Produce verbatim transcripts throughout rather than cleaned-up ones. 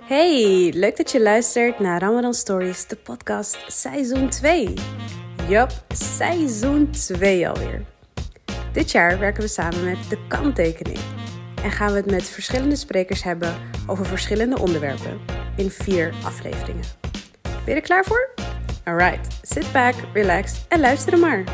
Hey, leuk dat je luistert naar Ramadan Stories, de podcast seizoen twee. Yup, seizoen twee alweer. Dit jaar werken we samen met De Kanttekening. En gaan we het met verschillende sprekers hebben over verschillende onderwerpen in vier afleveringen. Ben je er klaar voor? Alright, sit back, relax en luister maar.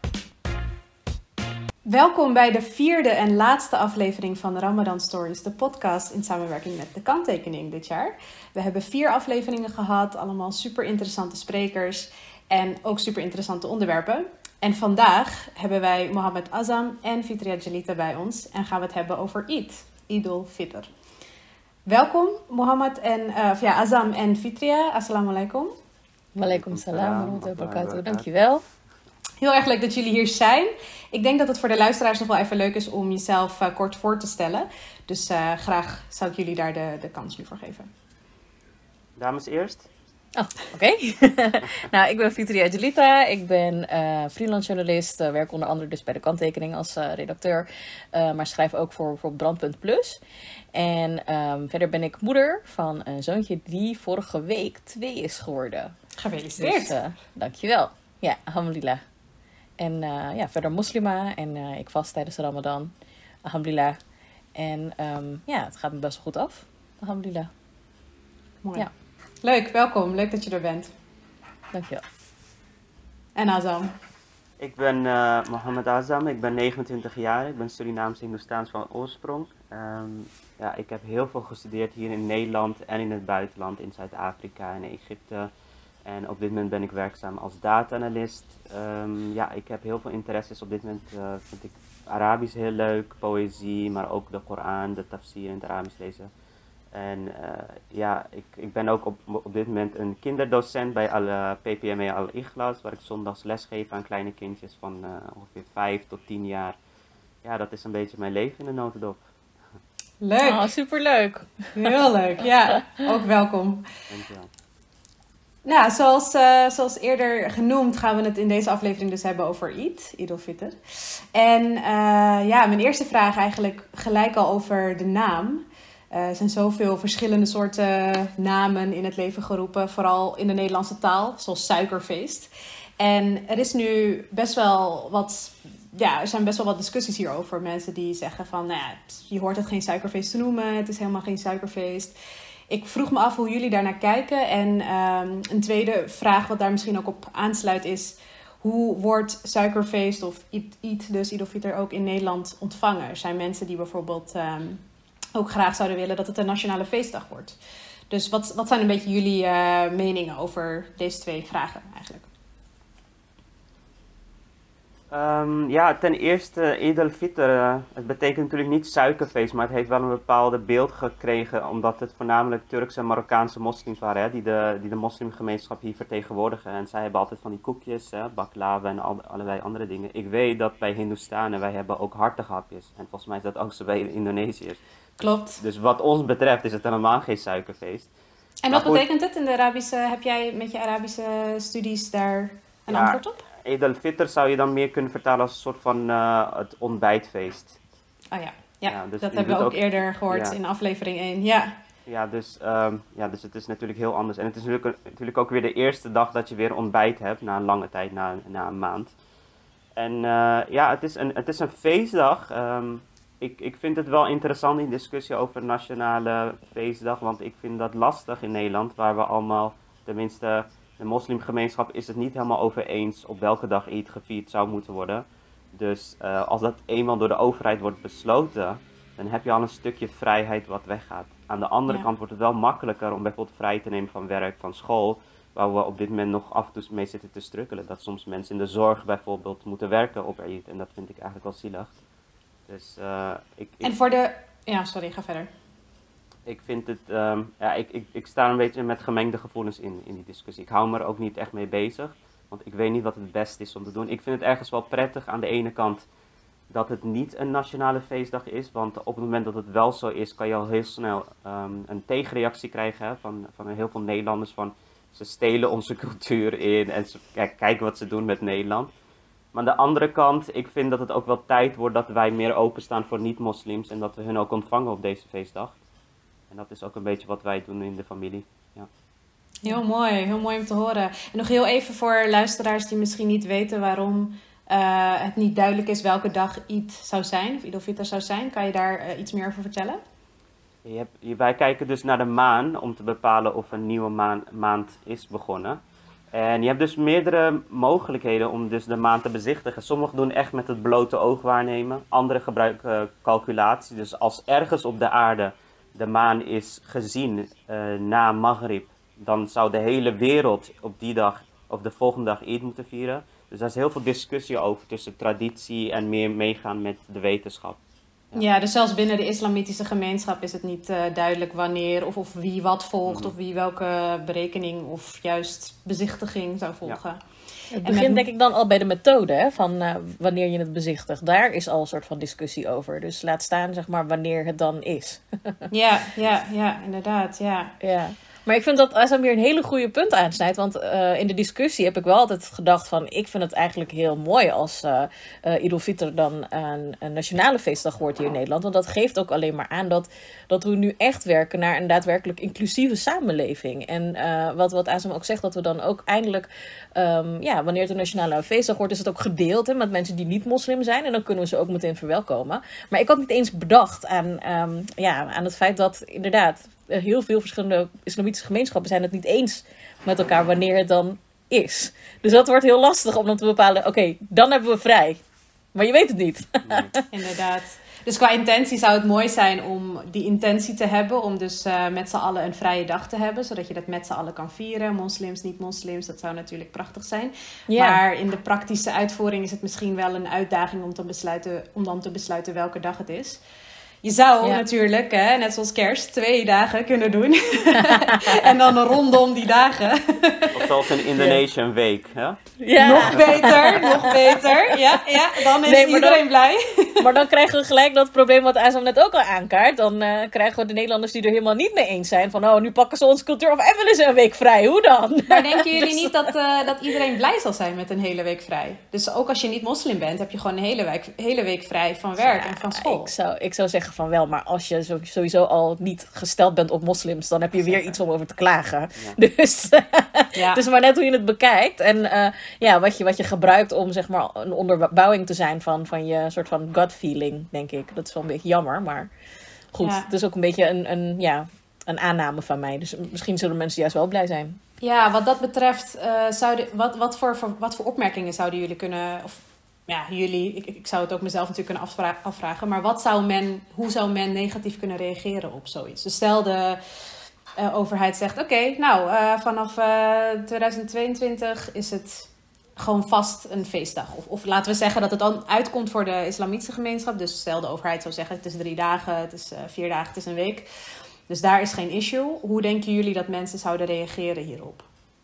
Welkom bij de vierde en laatste aflevering van Ramadan Stories, de podcast in samenwerking met De Kanttekening dit jaar. We hebben vier afleveringen gehad, allemaal super interessante sprekers en ook super interessante onderwerpen. En vandaag hebben wij Mohammed Azam en Fitria Jalita bij ons en gaan we het hebben over Eid, Eid al-Fitr. Welkom Mohammed en uh, ja, Azam en Fitria, assalamu alaikum. Walaikum salam wa rahmatullahi wa barakatuh. Dankjewel. Heel erg leuk dat jullie hier zijn. Ik denk dat het voor de luisteraars nog wel even leuk is om jezelf uh, kort voor te stellen. Dus uh, graag zou ik jullie daar de, de kans nu voor geven. Dames eerst. Oh, oké. Okay. Nou, ik ben Fitria Jalita. Ik ben uh, freelance journalist. Uh, werk onder andere dus bij De Kanttekening als uh, redacteur. Uh, maar schrijf ook voor bijvoorbeeld Brandpunt Plus. En um, verder ben ik moeder van een zoontje die vorige week twee is geworden. Gefeliciteerd. Dus, uh, dankjewel. Ja, alhamdulillah. En uh, ja, verder moslima en uh, ik vast tijdens de Ramadan. Alhamdulillah. En um, ja, het gaat me best wel goed af. Alhamdulillah. Mooi. Ja. Leuk, welkom. Leuk dat je er bent. Dankjewel. En Azam? Ik ben uh, Mohammed Azam, ik ben negenentwintig jaar, ik ben Surinaams-Hindoestaans van oorsprong. Um, ja, ik heb heel veel gestudeerd hier in Nederland en in het buitenland, in Zuid-Afrika en Egypte. En op dit moment ben ik werkzaam als data-analyst. Um, ja, ik heb heel veel interesses. Op dit moment uh, vind ik Arabisch heel leuk, poëzie, maar ook de Koran, de tafsir in het Arabisch lezen. En uh, ja, ik, ik ben ook op, op dit moment een kinderdocent bij al, P P M E Al-Ikhlas, waar ik zondags lesgeef aan kleine kindjes van uh, ongeveer vijf tot tien jaar. Ja, dat is een beetje mijn leven in de notendop. Leuk. Oh, superleuk. Heel leuk, ja. Ook welkom. Dankjewel. Nou, zoals, uh, zoals eerder genoemd gaan we het in deze aflevering dus hebben over Eid, Eid al-Fitr. En uh, ja, mijn eerste vraag eigenlijk gelijk al over de naam. Uh, er zijn zoveel verschillende soorten namen in het leven geroepen, vooral in de Nederlandse taal, zoals suikerfeest. En er is nu best wel wat, ja, er zijn best wel wat discussies hierover. Mensen die zeggen van, nou ja, je hoort het geen suikerfeest te noemen, het is helemaal geen suikerfeest. Ik vroeg me af hoe jullie daarnaar kijken. En um, een tweede vraag wat daar misschien ook op aansluit is, hoe wordt suikerfeest of Eid, dus Eid al-Fitr, ook in Nederland ontvangen? Er zijn mensen die bijvoorbeeld um, ook graag zouden willen dat het een nationale feestdag wordt. Dus wat, wat zijn een beetje jullie uh, meningen over deze twee vragen eigenlijk? Um, ja, ten eerste Eid al-Fitr, uh, het betekent natuurlijk niet suikerfeest, maar het heeft wel een bepaalde beeld gekregen, omdat het voornamelijk Turkse en Marokkaanse moslims waren, hè, die, de, die de moslimgemeenschap hier vertegenwoordigen. En zij hebben altijd van die koekjes, hè, baklava en al, allerlei andere dingen. Ik weet dat bij Hindoestanen, wij hebben ook hartige hapjes. En volgens mij is dat ook zo bij de Indonesiërs. Klopt. Dus wat ons betreft is het helemaal geen suikerfeest. En wat betekent het in de Arabische, heb jij met je Arabische studies daar een ja, antwoord op? Eid al-Fitr zou je dan meer kunnen vertalen als een soort van uh, het ontbijtfeest. Oh ja, ja, ja dus dat hebben we ook, ook eerder gehoord ja. in aflevering één. Ja, ja, dus, um, ja, dus het is natuurlijk heel anders. En het is natuurlijk, natuurlijk ook weer de eerste dag dat je weer ontbijt hebt, na een lange tijd, na, na een maand. En uh, ja, het is een, het is een feestdag. Um, ik, ik vind het wel interessant, die discussie over nationale feestdag, want ik vind dat lastig in Nederland, waar we allemaal, tenminste de moslimgemeenschap is het niet helemaal over eens op welke dag Eid gevierd zou moeten worden. Dus uh, als dat eenmaal door de overheid wordt besloten, dan heb je al een stukje vrijheid wat weggaat. Aan de andere ja. kant wordt het wel makkelijker om bijvoorbeeld vrij te nemen van werk, van school, waar we op dit moment nog af en toe mee zitten te strukkelen. Dat soms mensen in de zorg bijvoorbeeld moeten werken op Eid. En dat vind ik eigenlijk wel zielig. Dus, uh, ik, ik... En voor de... Ja, sorry, ga verder. Ik vind het, um, ja, ik, ik, ik sta een beetje met gemengde gevoelens in, in die discussie. Ik hou me er ook niet echt mee bezig, want ik weet niet wat het beste is om te doen. Ik vind het ergens wel prettig aan de ene kant dat het niet een nationale feestdag is, want op het moment dat het wel zo is, kan je al heel snel um, een tegenreactie krijgen hè, van, van heel veel Nederlanders van ze stelen onze cultuur in en ze, kijk, kijken wat ze doen met Nederland. Maar aan de andere kant, ik vind dat het ook wel tijd wordt dat wij meer openstaan voor niet-moslims en dat we hun ook ontvangen op deze feestdag. En dat is ook een beetje wat wij doen in de familie. Ja. Heel mooi, heel mooi om te horen. En nog heel even voor luisteraars die misschien niet weten waarom uh, het niet duidelijk is welke dag Eid zou zijn, of Eid al-Fitr zou zijn. Kan je daar uh, iets meer over vertellen? Je hebt, wij kijken dus naar de maan om te bepalen of een nieuwe maan, maand is begonnen. En je hebt dus meerdere mogelijkheden om dus de maan te bezichtigen. Sommigen doen echt met het blote oog waarnemen. Anderen gebruiken uh, calculatie. Dus als ergens op de aarde de maan is gezien uh, na Maghrib, dan zou de hele wereld op die dag of de volgende dag Eid moeten vieren. Dus daar is heel veel discussie over tussen traditie en meer meegaan met de wetenschap. Ja. ja, dus zelfs binnen de islamitische gemeenschap is het niet uh, duidelijk wanneer of, of wie wat volgt. Mm-hmm. Of wie welke berekening of juist bezichtiging zou volgen. Ja. Het begint met... denk ik dan al bij de methode, hè, van uh, wanneer je het bezichtigt. Daar is al een soort van discussie over. Dus laat staan, zeg maar, wanneer het dan is. ja, ja, ja, inderdaad, ja. Ja. Maar ik vind dat Azam hier een hele goede punt aansnijdt. Want uh, in de discussie heb ik wel altijd gedacht van... ik vind het eigenlijk heel mooi als uh, uh, Eid al-Fitr dan een, een nationale feestdag wordt hier in Nederland. Want dat geeft ook alleen maar aan dat, dat we nu echt werken naar een daadwerkelijk inclusieve samenleving. En uh, wat, wat Azam ook zegt, dat we dan ook eindelijk... Um, ja, wanneer het een nationale feestdag wordt, is het ook gedeeld hè, met mensen die niet moslim zijn. En dan kunnen we ze ook meteen verwelkomen. Maar ik had niet eens bedacht aan, um, ja, aan het feit dat inderdaad... heel veel verschillende islamitische gemeenschappen zijn het niet eens met elkaar wanneer het dan is. Dus dat wordt heel lastig om dan te bepalen, oké, okay, dan hebben we vrij. Maar je weet het niet. Nee. Inderdaad. Dus qua intentie zou het mooi zijn om die intentie te hebben. Om dus uh, met z'n allen een vrije dag te hebben. Zodat je dat met z'n allen kan vieren. Moslims, niet-moslims. Dat zou natuurlijk prachtig zijn. Ja. Maar in de praktische uitvoering is het misschien wel een uitdaging om, te besluiten, om dan te besluiten welke dag het is. Je zou ja. natuurlijk, hè, net zoals kerst, twee dagen kunnen doen. En dan rondom die dagen. Of zoals een Indonesian week. Ja? Ja. Nog beter, nog beter. Ja, ja, dan is nee, iedereen dan, blij. Maar dan krijgen we gelijk dat probleem wat Azam net ook al aankaart. Dan uh, krijgen we de Nederlanders die er helemaal niet mee eens zijn. Van, oh, nu pakken ze onze cultuur of even eens een week vrij. Hoe dan? Maar denken jullie dus... niet dat, uh, dat iedereen blij zal zijn met een hele week vrij? Dus ook als je niet moslim bent, heb je gewoon een hele week, hele week vrij van werk ja, en van school. Ik zou, ik zou zeggen van wel, maar als je sowieso al niet gesteld bent op moslims, dan heb je weer iets om over te klagen. Ja. Dus ja. Het is maar net hoe je het bekijkt. En uh, ja, wat je, wat je gebruikt om zeg maar een onderbouwing te zijn van, van je soort van gut feeling, denk ik. Dat is wel een beetje jammer, maar goed. Ja. Het is ook een beetje een, een, ja, een aanname van mij. Dus misschien zullen mensen juist wel blij zijn. Ja, wat dat betreft, uh, zouden, wat, wat, voor, voor, wat voor opmerkingen zouden jullie kunnen... Of, ja, jullie, ik, ik zou het ook mezelf natuurlijk kunnen afvra- afvragen. Maar wat zou men, hoe zou men negatief kunnen reageren op zoiets? Dus stel de uh, overheid zegt... Oké, okay, nou, uh, vanaf uh, tweeduizend tweeëntwintig is het gewoon vast een feestdag. Of, of laten we zeggen dat het dan uitkomt voor de islamitische gemeenschap. Dus stel de overheid zou zeggen... Het is drie dagen, het is uh, vier dagen, het is een week. Dus daar is geen issue. Hoe denken jullie dat mensen zouden reageren hierop?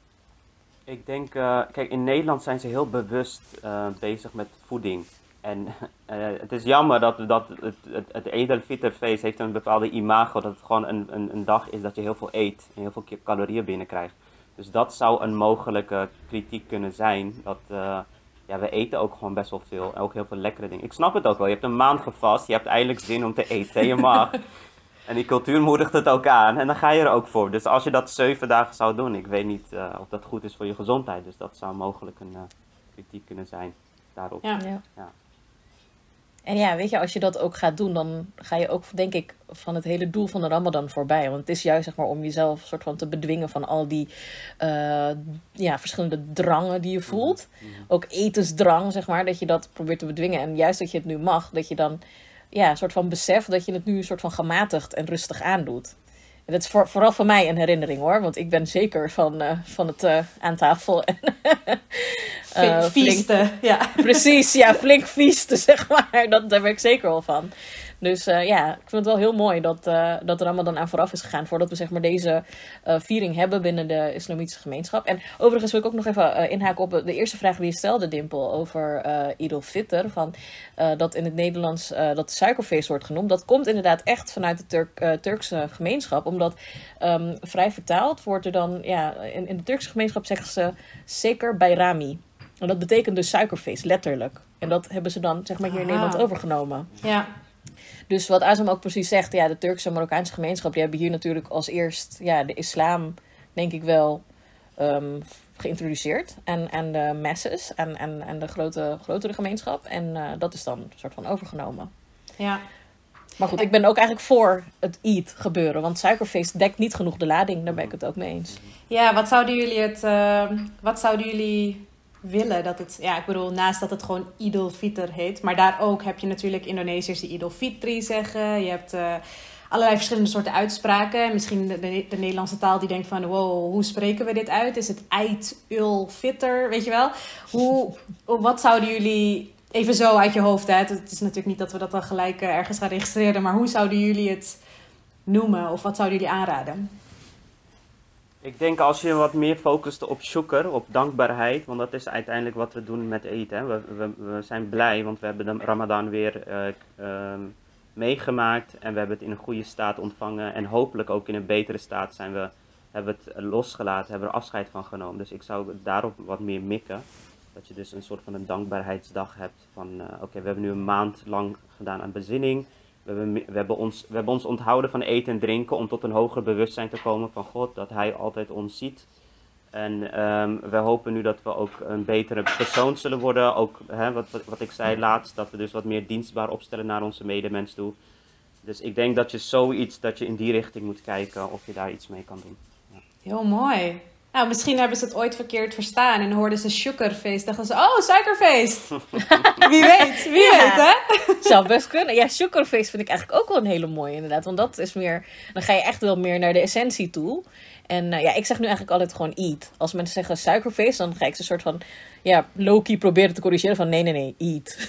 Ik denk, uh, kijk, in Nederland zijn ze heel bewust uh, bezig met voeding. En uh, het is jammer dat, dat het, het, het Eid al-Fitr feest heeft een bepaalde imago. Dat het gewoon een, een, een dag is dat je heel veel eet en heel veel calorieën binnenkrijgt. Dus dat zou een mogelijke kritiek kunnen zijn. Dat uh, ja, we eten ook gewoon best wel veel. En ook heel veel lekkere dingen. Ik snap het ook wel. Je hebt een maand gevast. Je hebt eindelijk zin om te eten. Je mag. En die cultuur moedigt het ook aan. En dan ga je er ook voor. Dus als je dat zeven dagen zou doen. Ik weet niet uh, of dat goed is voor je gezondheid. Dus dat zou mogelijk een uh, kritiek kunnen zijn daarop. Ja. Ja. Ja. En ja, weet je, als je dat ook gaat doen, dan ga je ook, denk ik, van het hele doel van de Ramadan voorbij. Want het is juist, zeg maar, om jezelf soort van te bedwingen van al die uh, ja, verschillende drangen die je voelt. Mm-hmm. Ook etensdrang, zeg maar, dat je dat probeert te bedwingen. En juist dat je het nu mag, dat je dan ja, een soort van beseft dat je het nu een soort van gematigd en rustig aandoet. En dat is voor, vooral voor mij een herinnering, hoor. Want ik ben zeker van, uh, van het uh, aan tafel. uh, Feesten, ja. Precies, ja, flink feesten, zeg maar. Dat, daar ben ik zeker wel van. Dus uh, ja, ik vind het wel heel mooi dat, uh, dat er allemaal dan aan vooraf is gegaan. Voordat we zeg maar deze uh, viering hebben binnen de islamitische gemeenschap. En overigens wil ik ook nog even uh, inhaken op de eerste vraag die je stelde, Dimpel. Over uh, Eid al-Fitr. Van, uh, dat in het Nederlands uh, dat suikerfeest wordt genoemd. Dat komt inderdaad echt vanuit de Turk, uh, Turkse gemeenschap. Omdat um, vrij vertaald wordt er dan... Ja, in, in de Turkse gemeenschap zeggen ze Seker Bayrami. En dat betekent dus suikerfeest, letterlijk. En dat hebben ze dan zeg maar hier in Nederland overgenomen. Ja. Dus wat Azam ook precies zegt, ja, de Turkse en Marokkaanse gemeenschap, die hebben hier natuurlijk als eerst ja, de islam, denk ik wel, um, geïntroduceerd. En, en de masses en, en, en de grote, grotere gemeenschap. En uh, dat is dan een soort van overgenomen. Ja. Maar goed, ik ben ook eigenlijk voor het Eid gebeuren. Want suikerfeest dekt niet genoeg de lading. Daar ben ik het ook mee eens. Ja, wat zouden jullie het... Uh, wat zouden jullie willen dat het... Ja, ik bedoel, naast dat het gewoon Idul Fitr heet. Maar daar ook heb je natuurlijk Indonesiërs die Idul Fitri zeggen. Je hebt uh, allerlei verschillende soorten uitspraken. Misschien de, de, de Nederlandse taal die denkt van... Wow, hoe spreken we dit uit? Is het Eid ul Fitr? Weet je wel? Hoe, wat zouden jullie... Even zo uit je hoofd, hè. Het is natuurlijk niet dat we dat dan gelijk uh, ergens gaan registreren. Maar hoe zouden jullie het noemen? Of wat zouden jullie aanraden? Ik denk als je wat meer focust op shukr, op dankbaarheid. Want dat is uiteindelijk wat we doen met eten. We, we, we zijn blij, want we hebben de Ramadan weer uh, uh, meegemaakt. En we hebben het in een goede staat ontvangen. En hopelijk ook in een betere staat zijn we, hebben we het losgelaten, hebben we er afscheid van genomen. Dus ik zou daarop wat meer mikken. Dat je dus een soort van een dankbaarheidsdag hebt van, uh, oké, okay, we hebben nu een maand lang gedaan aan bezinning. We hebben, we, hebben ons, we hebben ons onthouden van eten en drinken om tot een hoger bewustzijn te komen van God, dat Hij altijd ons ziet. En um, we hopen nu dat we ook een betere persoon zullen worden. Ook hè, wat, wat, wat ik zei laatst, dat we dus wat meer dienstbaar opstellen naar onze medemens toe. Dus ik denk dat je zoiets, dat je in die richting moet kijken of je daar iets mee kan doen. Ja. Heel mooi. Nou, misschien hebben ze het ooit verkeerd verstaan en hoorden ze suikerfeest. Dachten ze, oh, suikerfeest. Wie weet, wie Ja. weet, hè? Zou best kunnen. Ja, suikerfeest vind ik eigenlijk ook wel een hele mooie inderdaad. Want dat is meer, dan ga je echt wel meer naar de essentie toe. En uh, ja, ik zeg nu eigenlijk altijd gewoon eat. Als mensen zeggen suikerfeest, dan ga ik ze een soort van, ja, low-key proberen te corrigeren van nee, nee, nee, eat.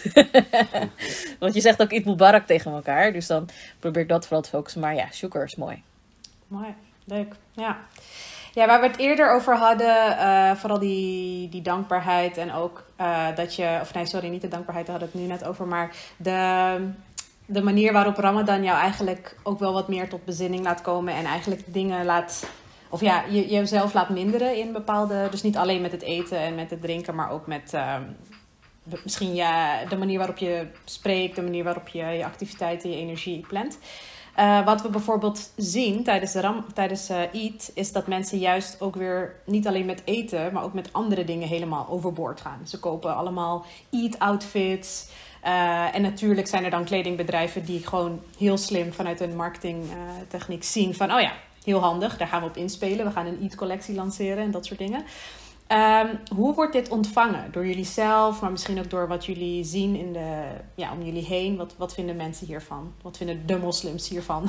Want je zegt ook eat mubarak tegen elkaar. Dus dan probeer ik dat vooral te focussen. Maar ja, suiker is mooi. Mooi, leuk. Ja. Ja, waar we het eerder over hadden, uh, vooral die, die dankbaarheid en ook uh, dat je... Of nee, sorry, niet de dankbaarheid, daar hadden we het nu net over. Maar de, de manier waarop Ramadan jou eigenlijk ook wel wat meer tot bezinning laat komen. En eigenlijk dingen laat... Of ja, je, jezelf laat minderen in bepaalde... Dus niet alleen met het eten en met het drinken, maar ook met... Uh, misschien ja, de manier waarop je spreekt, de manier waarop je je activiteiten, je energie plant. Uh, wat we bijvoorbeeld zien tijdens, de ram, tijdens uh, Eid, is dat mensen juist ook weer niet alleen met eten, maar ook met andere dingen helemaal overboord gaan. Ze kopen allemaal Eid-outfits. Uh, en natuurlijk zijn er dan kledingbedrijven die gewoon heel slim vanuit hun marketingtechniek uh, zien van, oh ja, heel handig, daar gaan we op inspelen. We gaan een Eid-collectie lanceren en dat soort dingen. Um, hoe wordt dit ontvangen? Door jullie zelf, maar misschien ook door wat jullie zien in de, ja, om jullie heen. Wat, wat vinden mensen hiervan? Wat vinden de moslims hiervan?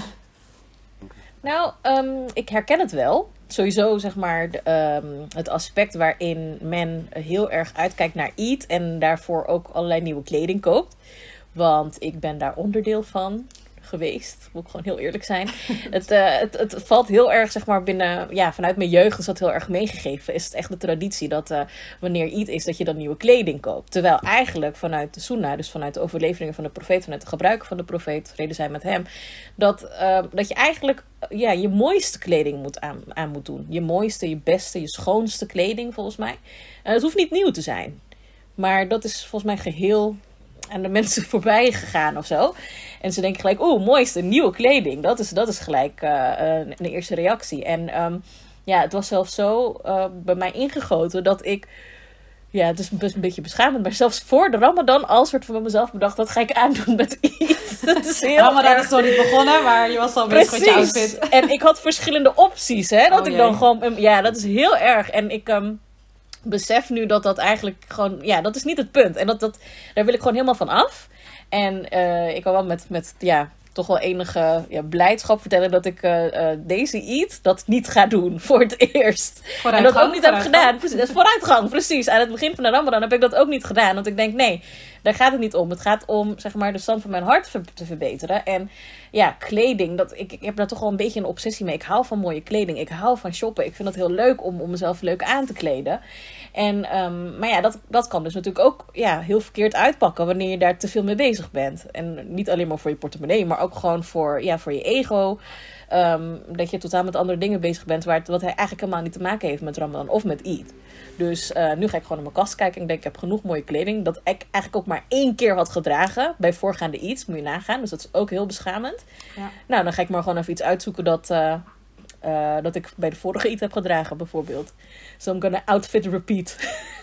Nou, um, ik herken het wel. Sowieso zeg maar de, um, het aspect waarin men heel erg uitkijkt naar Eid en daarvoor ook allerlei nieuwe kleding koopt. Want ik ben daar onderdeel van geweest. Moet ik gewoon heel eerlijk zijn. het, uh, het, het valt heel erg, zeg maar, binnen... Ja, vanuit mijn jeugd is dat heel erg meegegeven. Is het echt de traditie dat uh, wanneer Eid is, dat je dan nieuwe kleding koopt. Terwijl eigenlijk vanuit de Sunnah, dus vanuit de overleveringen van de profeet, vanuit de gebruiken van de profeet, vrede zij met hem, dat, uh, dat je eigenlijk ja, je mooiste kleding moet aan, aan moet doen. Je mooiste, je beste, je schoonste kleding, volgens mij. En het hoeft niet nieuw te zijn. Maar dat is volgens mij geheel aan de mensen voorbij gegaan of zo. En ze denken gelijk, oeh, mooiste, nieuwe kleding. Dat is, dat is gelijk uh, een, een eerste reactie. En um, ja, het was zelfs zo uh, bij mij ingegoten dat ik... Ja, het is best een beetje beschamend, maar zelfs voor de Ramadan al soort van mezelf bedacht, dat ga ik aandoen met iets. Dat is heel Ramadan erg. is nog niet begonnen, maar je was al bezig met je Precies. outfit. En ik had verschillende opties, hè. Dat Oh, ik jee. dan gewoon... Ja, dat is heel erg. En ik... Um, besef nu dat dat eigenlijk gewoon... Ja, dat is niet het punt. En dat, dat, daar wil ik gewoon helemaal van af. En uh, ik kan wel met, met ja, toch wel enige ja, blijdschap vertellen dat ik uh, uh, deze Eid dat niet ga doen voor het eerst. En dat ook niet heb gedaan. Precies, dat is vooruitgang, precies. Aan het begin van de Ramadan heb ik dat ook niet gedaan. Want ik denk, nee, daar gaat het niet om. Het gaat om, zeg maar, de stand van mijn hart ver- te verbeteren. En ja, kleding, dat, ik, ik heb daar toch wel een beetje een obsessie mee. Ik hou van mooie kleding. Ik hou van shoppen. Ik vind het heel leuk om, om mezelf leuk aan te kleden. En, um, maar ja, dat, dat kan dus natuurlijk ook ja, heel verkeerd uitpakken wanneer je daar te veel mee bezig bent. En niet alleen maar voor je portemonnee, maar ook gewoon voor, ja, voor je ego. um, dat je totaal met andere dingen bezig bent, waar het, wat hij eigenlijk helemaal niet te maken heeft met Ramadan of met Eid. Dus uh, nu ga ik gewoon naar mijn kast kijken en ik denk, ik heb genoeg mooie kleding. Dat ik eigenlijk ook maar één keer had gedragen bij voorgaande Eids, moet je nagaan. Dus dat is ook heel beschamend. Ja. Nou, dan ga ik maar gewoon even iets uitzoeken dat, uh, uh, dat ik bij de vorige Eid heb gedragen, bijvoorbeeld. So I'm gonna outfit repeat.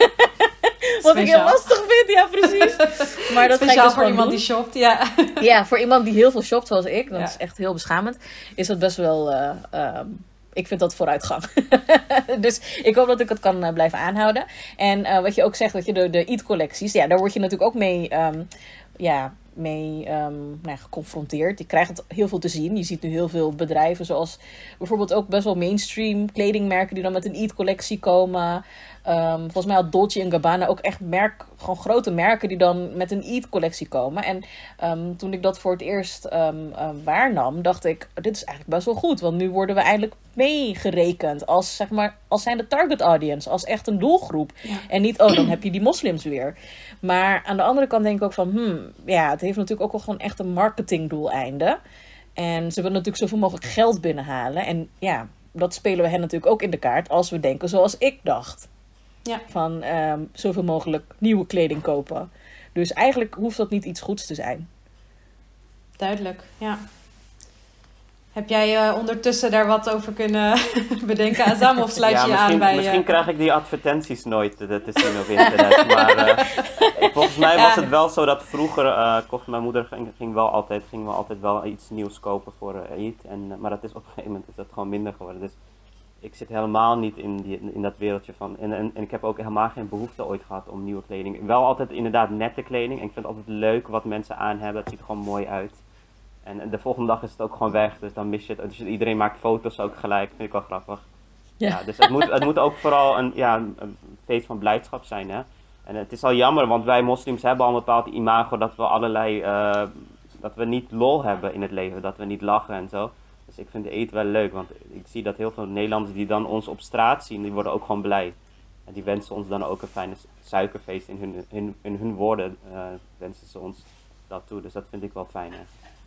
Wat ik heel lastig vind, ja precies. Maar dat Speciaal ga ik dus voor iemand doen. die shopt, ja. Ja, voor iemand die heel veel shopt zoals ik, dat ja. is echt heel beschamend, is dat best wel... Uh, uh, ik vind dat vooruitgang. Dus ik hoop dat ik het kan uh, blijven aanhouden. En uh, wat je ook zegt, dat je de, de Eid-collecties, ja, daar word je natuurlijk ook mee... Um, ja, mee um, nou, geconfronteerd. Je krijgt het heel veel te zien. Je ziet nu heel veel bedrijven zoals bijvoorbeeld ook best wel mainstream kledingmerken die dan met een Eid-collectie komen. Um, volgens mij had Dolce en Gabbana ook echt merk, gewoon grote merken die dan met een Eid-collectie komen. En um, toen ik dat voor het eerst um, uh, waarnam, dacht ik, dit is eigenlijk best wel goed. Want nu worden we eindelijk meegerekend als, zeg maar, als zijn de target audience, als echt een doelgroep. Ja. En niet, oh, dan heb je die moslims weer. Maar aan de andere kant denk ik ook van, hmm, ja, het heeft natuurlijk ook wel gewoon echt een marketingdoeleinde. En ze willen natuurlijk zoveel mogelijk geld binnenhalen. En ja, dat spelen we hen natuurlijk ook in de kaart als we denken zoals ik dacht. Ja. Van um, zoveel mogelijk nieuwe kleding kopen. Dus eigenlijk hoeft dat niet iets goeds te zijn. Duidelijk, ja. Heb jij uh, ondertussen daar wat over kunnen bedenken, Azam? Of sluit je ja, je aan bij... Misschien uh... krijg ik die advertenties nooit te, te zien op internet. Maar uh, volgens mij was het wel zo dat vroeger uh, kocht mijn moeder ging, ging wel altijd, ging wel altijd wel iets nieuws kopen voor uh, Eid. En, uh, maar dat is op een gegeven moment is dat gewoon minder geworden. Dus ik zit helemaal niet in, die, in dat wereldje van... En, en, en ik heb ook helemaal geen behoefte ooit gehad om nieuwe kleding. Wel altijd inderdaad nette kleding. En ik vind het altijd leuk wat mensen aan hebben. Het ziet er gewoon mooi uit. En de volgende dag is het ook gewoon weg, dus dan mis je het. Dus iedereen maakt foto's ook gelijk, vind ik wel grappig. Ja. Ja, dus het moet, het moet ook vooral een, ja, een feest van blijdschap zijn, hè. En het is al jammer, want wij moslims hebben al een bepaald imago dat we allerlei, uh, dat we niet lol hebben in het leven, dat we niet lachen en zo. Dus ik vind de Eid wel leuk, want ik zie dat heel veel Nederlanders die dan ons op straat zien, die worden ook gewoon blij. En die wensen ons dan ook een fijne suikerfeest in hun, in, in hun woorden, uh, wensen ze ons dat toe. Dus dat vind ik wel fijn, hè.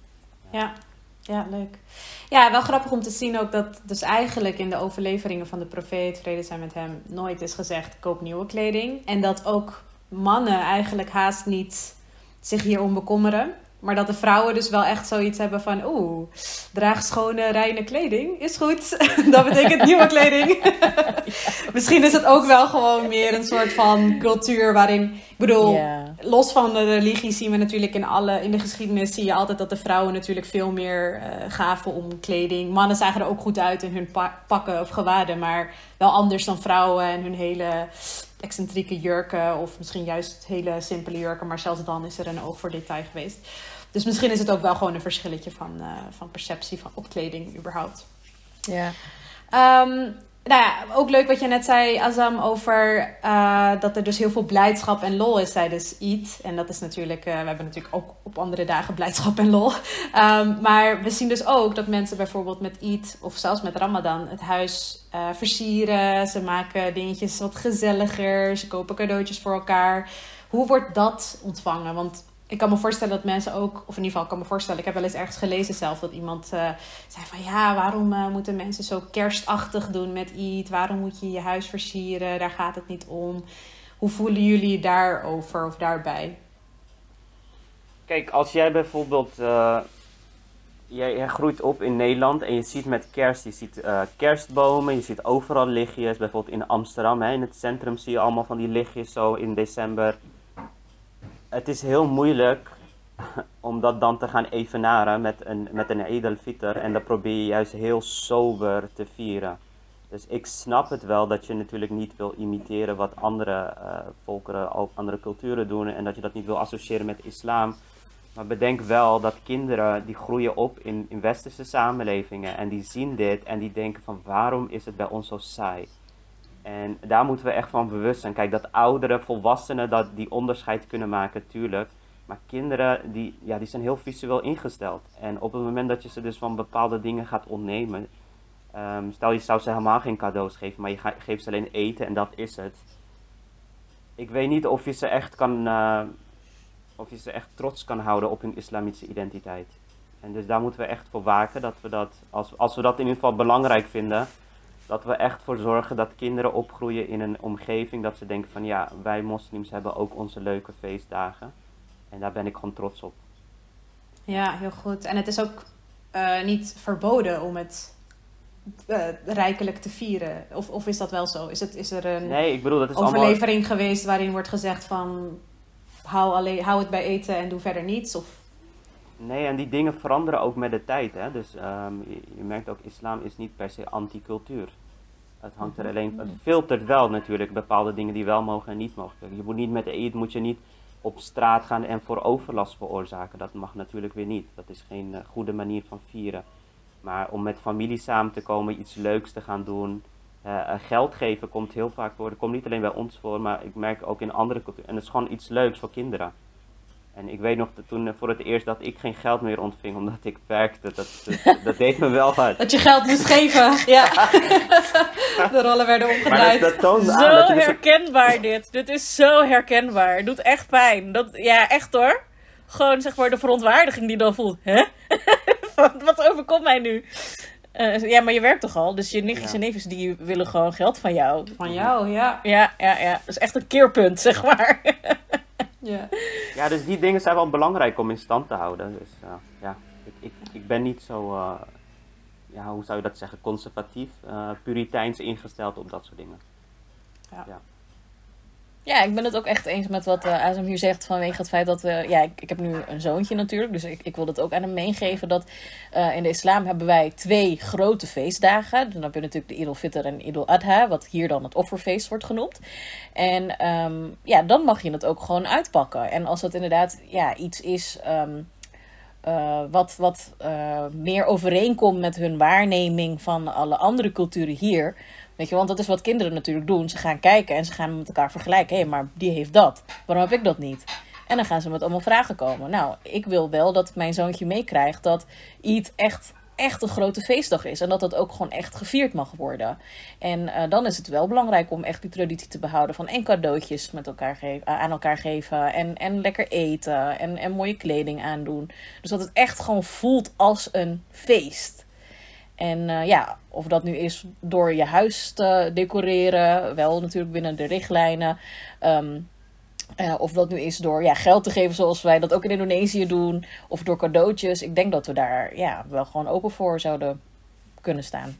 Ja, ja, leuk. Ja, wel grappig om te zien ook dat dus eigenlijk in de overleveringen van de profeet, vrede zij met hem, nooit is gezegd koop nieuwe kleding. En dat ook mannen eigenlijk haast niet zich hierom bekommeren. Maar dat de vrouwen dus wel echt zoiets hebben van, oeh, draag schone, reine kleding, is goed. Dat betekent nieuwe kleding. Ja. Misschien is het ook wel gewoon meer een soort van cultuur waarin, ik bedoel, yeah. los van de religie zien we natuurlijk in alle, in de geschiedenis zie je altijd dat de vrouwen natuurlijk veel meer uh, gaven om kleding. Mannen zagen er ook goed uit in hun pa- pakken of gewaden, maar wel anders dan vrouwen en hun hele excentrieke jurken of misschien juist hele simpele jurken, maar zelfs dan is er een oog voor detail geweest. Dus misschien is het ook wel gewoon een verschilletje van, uh, van perceptie van, op kleding überhaupt. Ja. Um, nou ja, ook leuk wat je net zei, Azam, over uh, dat er dus heel veel blijdschap en lol is tijdens Eid. En dat is natuurlijk, uh, we hebben natuurlijk ook op andere dagen blijdschap en lol. Um, maar we zien dus ook dat mensen bijvoorbeeld met Eid of zelfs met Ramadan het huis uh, versieren. Ze maken dingetjes wat gezelliger, ze kopen cadeautjes voor elkaar. Hoe wordt dat ontvangen? Want ik kan me voorstellen dat mensen ook, of in ieder geval ik kan me voorstellen, ik heb wel eens ergens gelezen zelf, dat iemand uh, zei van ja, waarom uh, moeten mensen zo kerstachtig doen met Eid? Waarom moet je je huis versieren? Daar gaat het niet om. Hoe voelen jullie je daarover of daarbij? Kijk, als jij bijvoorbeeld, uh, jij, jij groeit op in Nederland en je ziet met kerst, je ziet uh, kerstbomen, je ziet overal lichtjes, bijvoorbeeld in Amsterdam, hè, in het centrum zie je allemaal van die lichtjes zo in december. Het is heel moeilijk om dat dan te gaan evenaren met een, met een Eid al-Fitr. En dat probeer je juist heel sober te vieren. Dus ik snap het wel dat je natuurlijk niet wil imiteren wat andere uh, volkeren, ook andere culturen doen. En dat je dat niet wil associëren met islam. Maar bedenk wel dat kinderen die groeien op in, in westerse samenlevingen. En die zien dit en die denken van waarom is het bij ons zo saai? En daar moeten we echt van bewust zijn. Kijk, dat ouderen, volwassenen, dat die onderscheid kunnen maken, tuurlijk. Maar kinderen, die, ja, die zijn heel visueel ingesteld. En op het moment dat je ze dus van bepaalde dingen gaat ontnemen. Um, stel je zou ze helemaal geen cadeaus geven, maar je ga, geeft ze alleen eten en dat is het. Ik weet niet of je ze echt kan, uh, of je ze echt trots kan houden op hun islamitische identiteit. En dus daar moeten we echt voor waken, dat we dat, als, als we dat in ieder geval belangrijk vinden, dat we echt voor zorgen dat kinderen opgroeien in een omgeving dat ze denken van ja, wij moslims hebben ook onze leuke feestdagen. En daar ben ik gewoon trots op. Ja, heel goed. En het is ook uh, niet verboden om het uh, rijkelijk te vieren. Of, of is dat wel zo? Is, het, is er een nee, ik bedoel, dat is overlevering allemaal... geweest waarin wordt gezegd van hou, alleen, hou het bij eten en doe verder niets? Of... Nee, en die dingen veranderen ook met de tijd. Hè? Dus um, je, je merkt ook, islam is niet per se anti-cultuur. Het hangt er alleen, het filtert wel natuurlijk bepaalde dingen die wel mogen en niet mogen. Je moet niet met de Eid, moet je niet op straat gaan en voor overlast veroorzaken. Dat mag natuurlijk weer niet. Dat is geen uh, goede manier van vieren. Maar om met familie samen te komen, iets leuks te gaan doen. Uh, geld geven komt heel vaak voor. Dat komt niet alleen bij ons voor, maar ik merk ook in andere culturen. En het is gewoon iets leuks voor kinderen. En ik weet nog dat toen voor het eerst dat ik geen geld meer ontving omdat ik werkte. Dat, dat, dat deed me wel hard. Dat je geld moest geven. Ja. De rollen werden omgedraaid. Dat, dat toont zo aan dat je dus herkenbaar een... dit. Dit is zo herkenbaar. Het doet echt pijn. Dat, ja, echt hoor. Gewoon zeg maar de verontwaardiging die je dan voelt. Hè? Wat overkomt mij nu? Uh, ja, maar je werkt toch al? Dus je nichtjes en neefjes die willen gewoon geld van jou. Van jou, ja. Ja, ja, ja. Dat is echt een keerpunt, zeg maar. Ja. Ja, dus die dingen zijn wel belangrijk om in stand te houden. Dus uh, ja, ik, ik, ik ben niet zo, uh, ja, hoe zou je dat zeggen, conservatief, uh, puriteins ingesteld op dat soort dingen. Ja. Ja. Ja, ik ben het ook echt eens met wat uh, Azam hier zegt vanwege het feit dat... Uh, ja, ik, ik heb nu een zoontje natuurlijk, dus ik, ik wil dat ook aan hem meegeven. Dat uh, in de islam hebben wij twee grote feestdagen. Dan heb je natuurlijk de Eid al-Fitr en Eid al-Adha, wat hier dan het offerfeest wordt genoemd. En um, ja, dan mag je het ook gewoon uitpakken. En als dat inderdaad ja, iets is... Um, Uh, wat wat uh, meer overeenkomt met hun waarneming van alle andere culturen hier. Weet je, want dat is wat kinderen natuurlijk doen. Ze gaan kijken en ze gaan met elkaar vergelijken. Hé, hey, maar die heeft dat. Waarom heb ik dat niet? En dan gaan ze met allemaal vragen komen. Nou, ik wil wel dat mijn zoontje meekrijgt dat Eid echt, echt een grote feestdag is. En dat dat ook gewoon echt gevierd mag worden. En uh, dan is het wel belangrijk om echt die traditie te behouden van en cadeautjes met elkaar ge- aan elkaar geven. En, en lekker eten en, en mooie kleding aandoen. Dus dat het echt gewoon voelt als een feest. En uh, ja, of dat nu is door je huis te decoreren, wel natuurlijk binnen de richtlijnen. Um, uh, of dat nu is door ja, geld te geven zoals wij dat ook in Indonesië doen. Of door cadeautjes. Ik denk dat we daar ja, wel gewoon open voor zouden kunnen staan.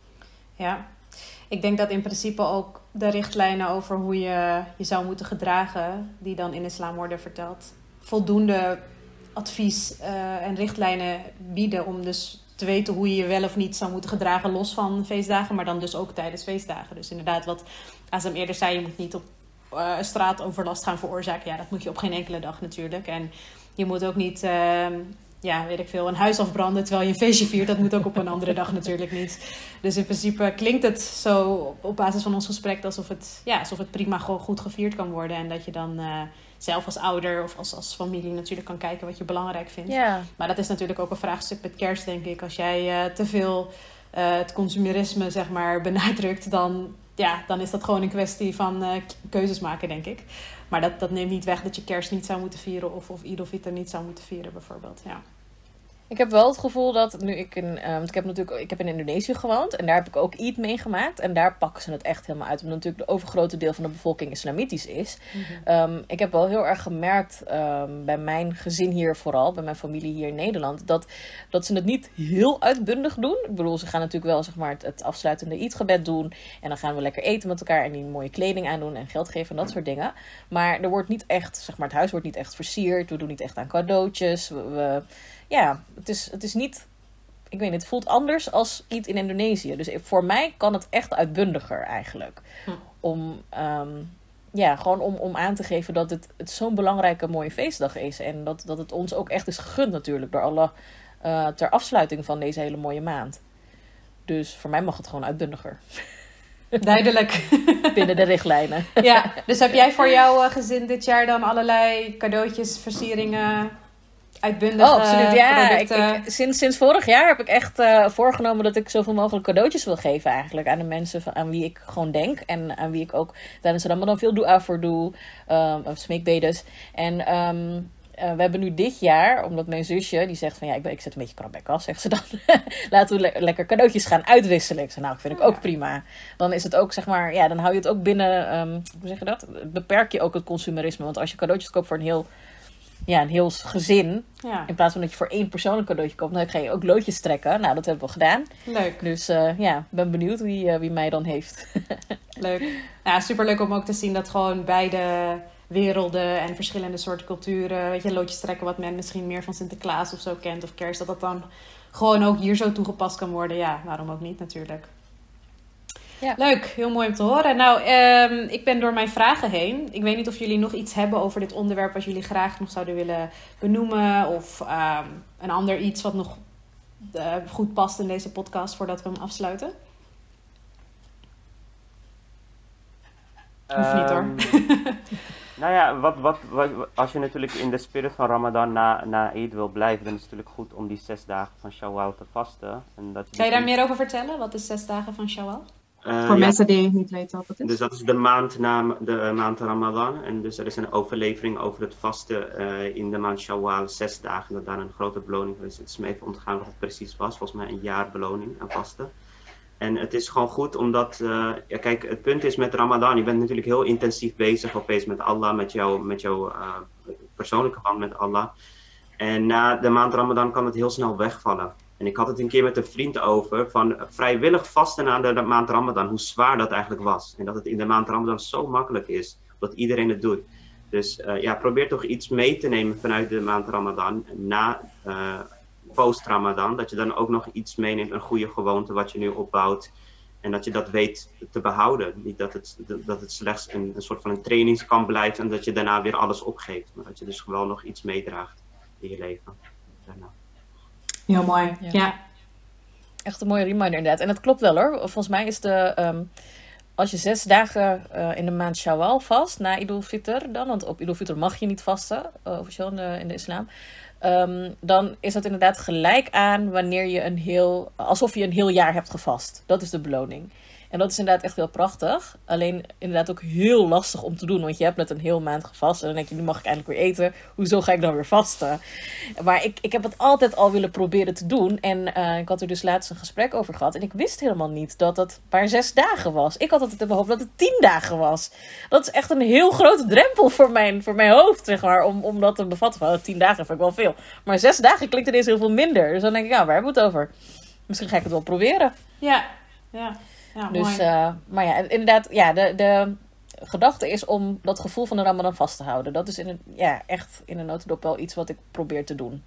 Ja, ik denk dat in principe ook de richtlijnen over hoe je je zou moeten gedragen, die dan in islam worden verteld, voldoende advies uh, en richtlijnen bieden om dus te weten hoe je je wel of niet zou moeten gedragen los van feestdagen, maar dan dus ook tijdens feestdagen. Dus inderdaad, wat Azam eerder zei, je moet niet op uh, straatoverlast gaan veroorzaken. Ja, dat moet je op geen enkele dag natuurlijk. En je moet ook niet, uh, ja, weet ik veel, een huis afbranden terwijl je een feestje viert. Dat moet ook op een andere dag natuurlijk niet. Dus in principe klinkt het zo op basis van ons gesprek alsof het, ja, alsof het prima gewoon goed gevierd kan worden. En dat je dan uh, zelf als ouder of als, als familie natuurlijk kan kijken wat je belangrijk vindt. Ja. Maar dat is natuurlijk ook een vraagstuk met kerst, denk ik. Als jij uh, te veel uh, het consumerisme, zeg maar, benadrukt, dan, ja, dan is dat gewoon een kwestie van uh, keuzes maken, denk ik. Maar dat, dat neemt niet weg dat je kerst niet zou moeten vieren of, of Eid al-Fitr niet zou moeten vieren, bijvoorbeeld. Ja. Ik heb wel het gevoel dat nu ik in, um, want ik heb natuurlijk, ik heb in Indonesië gewoond en daar heb ik ook Eid meegemaakt en daar pakken ze het echt helemaal uit, omdat natuurlijk de overgrote deel van de bevolking islamitisch is. Mm-hmm. Um, ik heb wel heel erg gemerkt um, bij mijn gezin hier vooral, bij mijn familie hier in Nederland, dat, dat ze het niet heel uitbundig doen. Ik bedoel, ze gaan natuurlijk wel zeg maar het, het afsluitende Eidgebed doen en dan gaan we lekker eten met elkaar en die mooie kleding aandoen en geld geven en dat soort dingen. Maar er wordt niet echt, zeg maar, het huis wordt niet echt versierd, we doen niet echt aan cadeautjes, we, we ja, het is, het is niet, ik weet niet, het voelt anders als iets in Indonesië. Dus voor mij kan het echt uitbundiger eigenlijk. Hm. Om, um, ja, gewoon om, om aan te geven dat het, het zo'n belangrijke mooie feestdag is. En dat, dat het ons ook echt is gegund natuurlijk door alle, uh, ter afsluiting van deze hele mooie maand. Dus voor mij mag het gewoon uitbundiger. Duidelijk. Binnen de richtlijnen. Ja, dus heb jij voor jouw uh, gezin dit jaar dan allerlei cadeautjes, versieringen, uitbundige oh, absoluut. Ja, producten? Ik, ik, sinds, sinds vorig jaar heb ik echt uh, voorgenomen dat ik zoveel mogelijk cadeautjes wil geven eigenlijk aan de mensen van, aan wie ik gewoon denk. En aan wie ik ook tijdens de Ramadan veel dua voor doe. Um, smeekbedes. En um, uh, we hebben nu dit jaar, omdat mijn zusje, die zegt van ja, ik, ben, ik zit een beetje krap bij kas, zegt ze dan. Laten we le- lekker cadeautjes gaan uitwisselen. Ik zeg, nou, dat vind ik ook prima. Dan is het ook, zeg maar, ja, dan hou je het ook binnen, um, hoe zeg je dat? Beperk je ook het consumerisme. Want als je cadeautjes koopt voor een heel, ja, een heel gezin, ja. in plaats van dat je voor één persoon een cadeautje koopt, dan ga je ook loodjes trekken. Nou, dat hebben we gedaan. Leuk. Dus uh, ja, ben benieuwd wie, uh, wie mij dan heeft. Leuk. Ja, superleuk om ook te zien dat gewoon beide werelden en verschillende soorten culturen, weet je, loodjes trekken wat men misschien meer van Sinterklaas of zo kent of kerst, dat dat dan gewoon ook hier zo toegepast kan worden. Ja, waarom ook niet natuurlijk. Ja. Leuk, heel mooi om te horen. Nou, um, ik ben door mijn vragen heen. Ik weet niet of jullie nog iets hebben over dit onderwerp wat jullie graag nog zouden willen benoemen of um, een ander iets wat nog uh, goed past in deze podcast voordat we hem afsluiten. Hoeft niet hoor. Nou ja, wat, wat, wat, als je natuurlijk in de spirit van Ramadan na, na Eid wil blijven, dan is het natuurlijk goed om die zes dagen van Shawwal te vasten. En dat kan je daar meer over vertellen? Wat is zes dagen van Shawwal? Uh, Voor ja, mensen die niet weten wat het is. Dus dat is de maand na de maand Ramadan. En dus er is een overlevering over het vasten uh, in de maand Shawwal, zes dagen. Dat daar een grote beloning is. Het is me even ontgaan wat het precies was. Volgens mij een jaar beloning aan vasten. En het is gewoon goed omdat, uh, ja, kijk, het punt is met Ramadan, je bent natuurlijk heel intensief bezig opeens met Allah, met jouw met jou, uh, persoonlijke band met Allah. En na de maand Ramadan kan het heel snel wegvallen. En ik had het een keer met een vriend over, van vrijwillig vasten na de, de maand Ramadan, hoe zwaar dat eigenlijk was. En dat het in de maand Ramadan zo makkelijk is, dat iedereen het doet. Dus uh, ja, probeer toch iets mee te nemen vanuit de maand Ramadan, na uh, post-Ramadan, dat je dan ook nog iets meeneemt, een goede gewoonte wat je nu opbouwt. En dat je dat weet te behouden. Niet dat het, dat het slechts een, een soort van een trainingskamp blijft en dat je daarna weer alles opgeeft. Maar dat je dus gewoon nog iets meedraagt in je leven. Daarna. Heel mooi, ja. ja. Echt een mooie reminder inderdaad. En het klopt wel hoor. Volgens mij is de, um, als je zes dagen uh, in de maand Shawwal vast, na Idul Fitr dan, want op Idul Fitr mag je niet vasten, uh, officieel in de, in de islam. Um, dan is dat inderdaad gelijk aan wanneer je een heel, alsof je een heel jaar hebt gevast. Dat is de beloning. En dat is inderdaad echt heel prachtig. Alleen inderdaad ook heel lastig om te doen. Want je hebt net een heel maand gevast. En dan denk je, nu mag ik eindelijk weer eten. Hoezo ga ik dan weer vasten? Maar ik, ik heb het altijd al willen proberen te doen. En uh, ik had er dus laatst een gesprek over gehad. En ik wist helemaal niet dat het maar zes dagen was. Ik had altijd in mijn hoofd dat het tien dagen was. Dat is echt een heel grote drempel voor mijn, voor mijn hoofd, zeg maar. Om, om dat te bevatten. Well, tien dagen vind ik wel veel. Maar zes dagen klinkt ineens heel veel minder. Dus dan denk ik, ja, waar hebben we het over? Misschien ga ik het wel proberen. Ja, ja. Ja, dus, uh, maar ja, inderdaad, ja, de, de gedachte is om dat gevoel van de Ramadan vast te houden. Dat is in een, ja, echt in een notendop wel iets wat ik probeer te doen.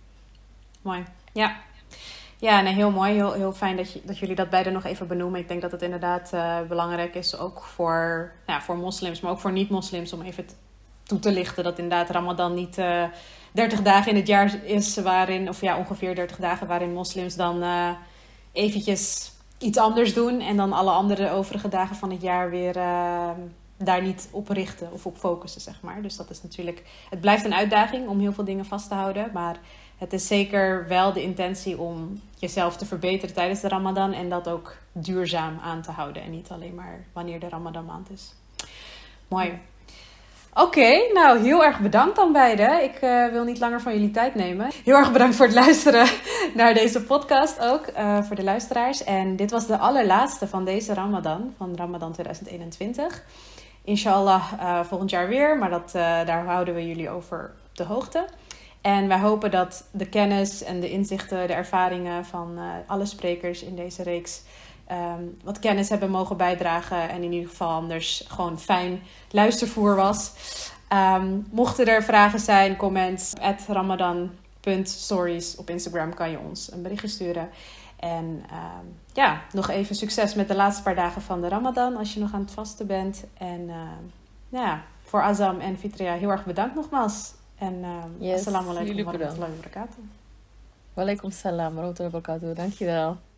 Mooi, ja. Ja, nee, heel mooi. Heel, heel fijn dat, je, dat jullie dat beide nog even benoemen. Ik denk dat het inderdaad uh, belangrijk is, ook voor, ja, voor moslims, maar ook voor niet-moslims, om even t- toe te lichten dat inderdaad Ramadan niet uh, dertig dagen in het jaar is waarin, of ja, ongeveer dertig dagen waarin moslims dan uh, eventjes iets anders doen en dan alle andere overige dagen van het jaar weer uh, daar niet op richten of op focussen, zeg maar. Dus dat is natuurlijk, het blijft een uitdaging om heel veel dingen vast te houden, maar het is zeker wel de intentie om jezelf te verbeteren tijdens de Ramadan en dat ook duurzaam aan te houden en niet alleen maar wanneer de Ramadan maand is. Mooi. Oké, okay, nou heel erg bedankt dan beiden. Ik uh, wil niet langer van jullie tijd nemen. Heel erg bedankt voor het luisteren naar deze podcast ook, uh, voor de luisteraars. En dit was de allerlaatste van deze Ramadan, van Ramadan twintig eenentwintig. Inshallah uh, volgend jaar weer, maar dat, uh, daar houden we jullie over op de hoogte. En wij hopen dat de kennis en de inzichten, de ervaringen van uh, alle sprekers in deze reeks Um, wat kennis hebben mogen bijdragen en in ieder geval anders gewoon fijn luistervoer was. Um, mochten er vragen zijn, comments, at ramadan punt stories op Instagram kan je ons een berichtje sturen. En um, ja, nog even succes met de laatste paar dagen van de Ramadan als je nog aan het vasten bent. En uh, nou ja, voor Azam en Fitria heel erg bedankt nogmaals. En uh, yes, assalamu alaikum wa rahmatullahi wa barakatuh. Wa alaikum salam wa rahmatullahi wa barakatuh. Dankjewel.